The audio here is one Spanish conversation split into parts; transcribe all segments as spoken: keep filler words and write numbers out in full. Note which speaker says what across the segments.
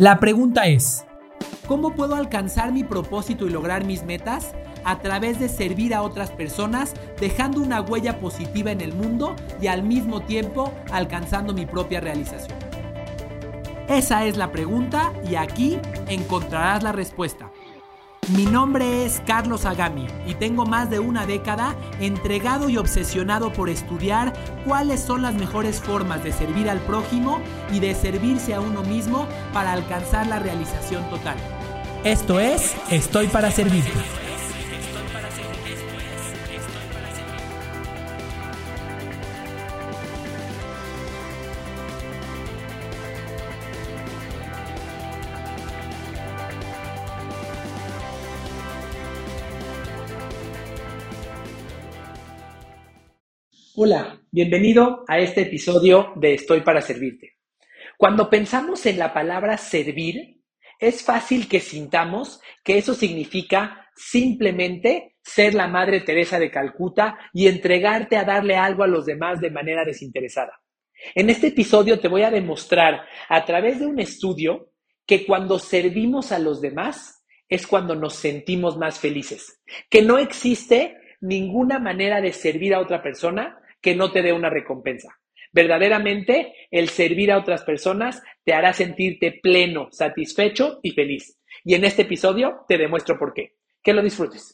Speaker 1: La pregunta es, ¿cómo puedo alcanzar mi propósito y lograr mis metas? A través de servir a otras personas, dejando una huella positiva en el mundo y al mismo tiempo alcanzando mi propia realización. Esa es la pregunta y aquí encontrarás la respuesta. Mi nombre es Carlos Agami y tengo más de una década entregado y obsesionado por estudiar cuáles son las mejores formas de servir al prójimo y de servirse a uno mismo para alcanzar la realización total. Esto es Estoy para Servirte. Hola, bienvenido a este episodio de Estoy para Servirte. Cuando pensamos en la palabra servir, es fácil que sintamos que eso significa simplemente ser la Madre Teresa de Calcuta y entregarte a darle algo a los demás de manera desinteresada. En este episodio te voy a demostrar a través de un estudio que cuando servimos a los demás es cuando nos sentimos más felices, que no existe ninguna manera de servir a otra persona que no te dé una recompensa. Verdaderamente, el servir a otras personas te hará sentirte pleno, satisfecho y feliz. Y en este episodio te demuestro por qué. Que lo disfrutes.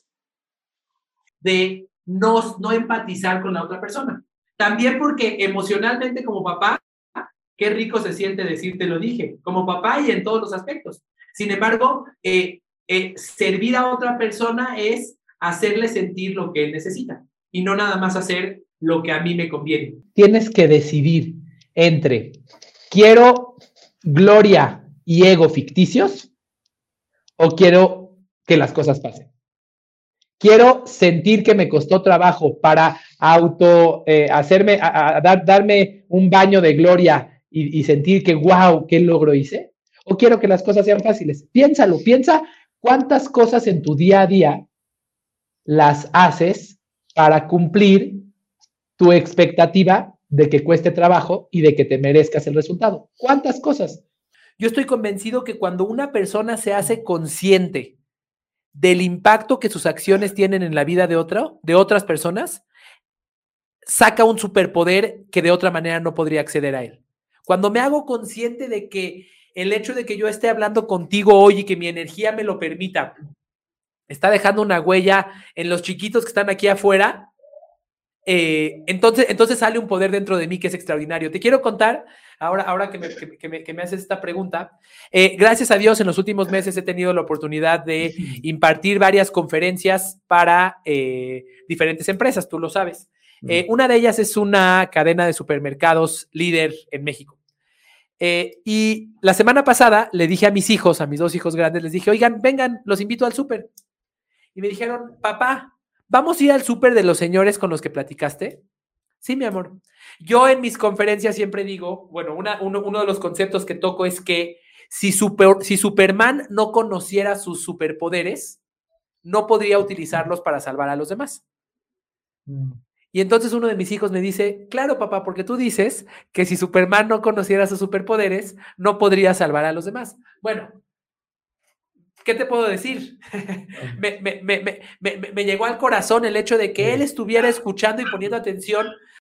Speaker 1: De no, no empatizar con la otra persona. También porque emocionalmente como papá, qué rico se siente decir te lo dije, como papá y en todos los aspectos. Sin embargo, eh, eh, servir a otra persona es hacerle sentir lo que él necesita y no nada más hacer lo que a mí me conviene.
Speaker 2: Tienes que decidir entre quiero gloria y ego ficticios o quiero que las cosas pasen. Quiero sentir que me costó trabajo para auto eh, hacerme, a, a dar, darme un baño de gloria y, y sentir que wow, qué logro hice. O quiero que las cosas sean fáciles. Piénsalo, piensa cuántas cosas en tu día a día las haces para cumplir tu expectativa de que cueste trabajo y de que te merezcas el resultado. ¿Cuántas cosas?
Speaker 1: Yo estoy convencido que cuando una persona se hace consciente del impacto que sus acciones tienen en la vida de otro, de otras personas, saca un superpoder que de otra manera no podría acceder a él. Cuando me hago consciente de que el hecho de que yo esté hablando contigo hoy y que mi energía me lo permita, está dejando una huella en los chiquitos que están aquí afuera, Eh, entonces, entonces sale un poder dentro de mí que es extraordinario. Te quiero contar, ahora, ahora que, me, que, que, me, que me haces esta pregunta, eh, gracias a Dios en los últimos meses he tenido la oportunidad de impartir varias conferencias para eh, diferentes empresas, tú lo sabes. Eh, una de ellas es una cadena de supermercados líder en México. Eh, y la semana pasada le dije a mis hijos, a mis dos hijos grandes, les dije, oigan, vengan, los invito al súper. Y me dijeron, papá, ¿vamos a ir al súper de los señores con los que platicaste? Sí, mi amor. Yo en mis conferencias siempre digo, bueno, una, uno, uno de los conceptos que toco es que si, super, si Superman no conociera sus superpoderes, no podría utilizarlos para salvar a los demás. Mm. Y entonces uno de mis hijos me dice, claro, papá, porque tú dices que si Superman no conociera sus superpoderes, no podría salvar a los demás. Bueno, ¿qué te puedo decir? me, me, me, me, me, me llegó al corazón el hecho de que él estuviera escuchando y poniendo atención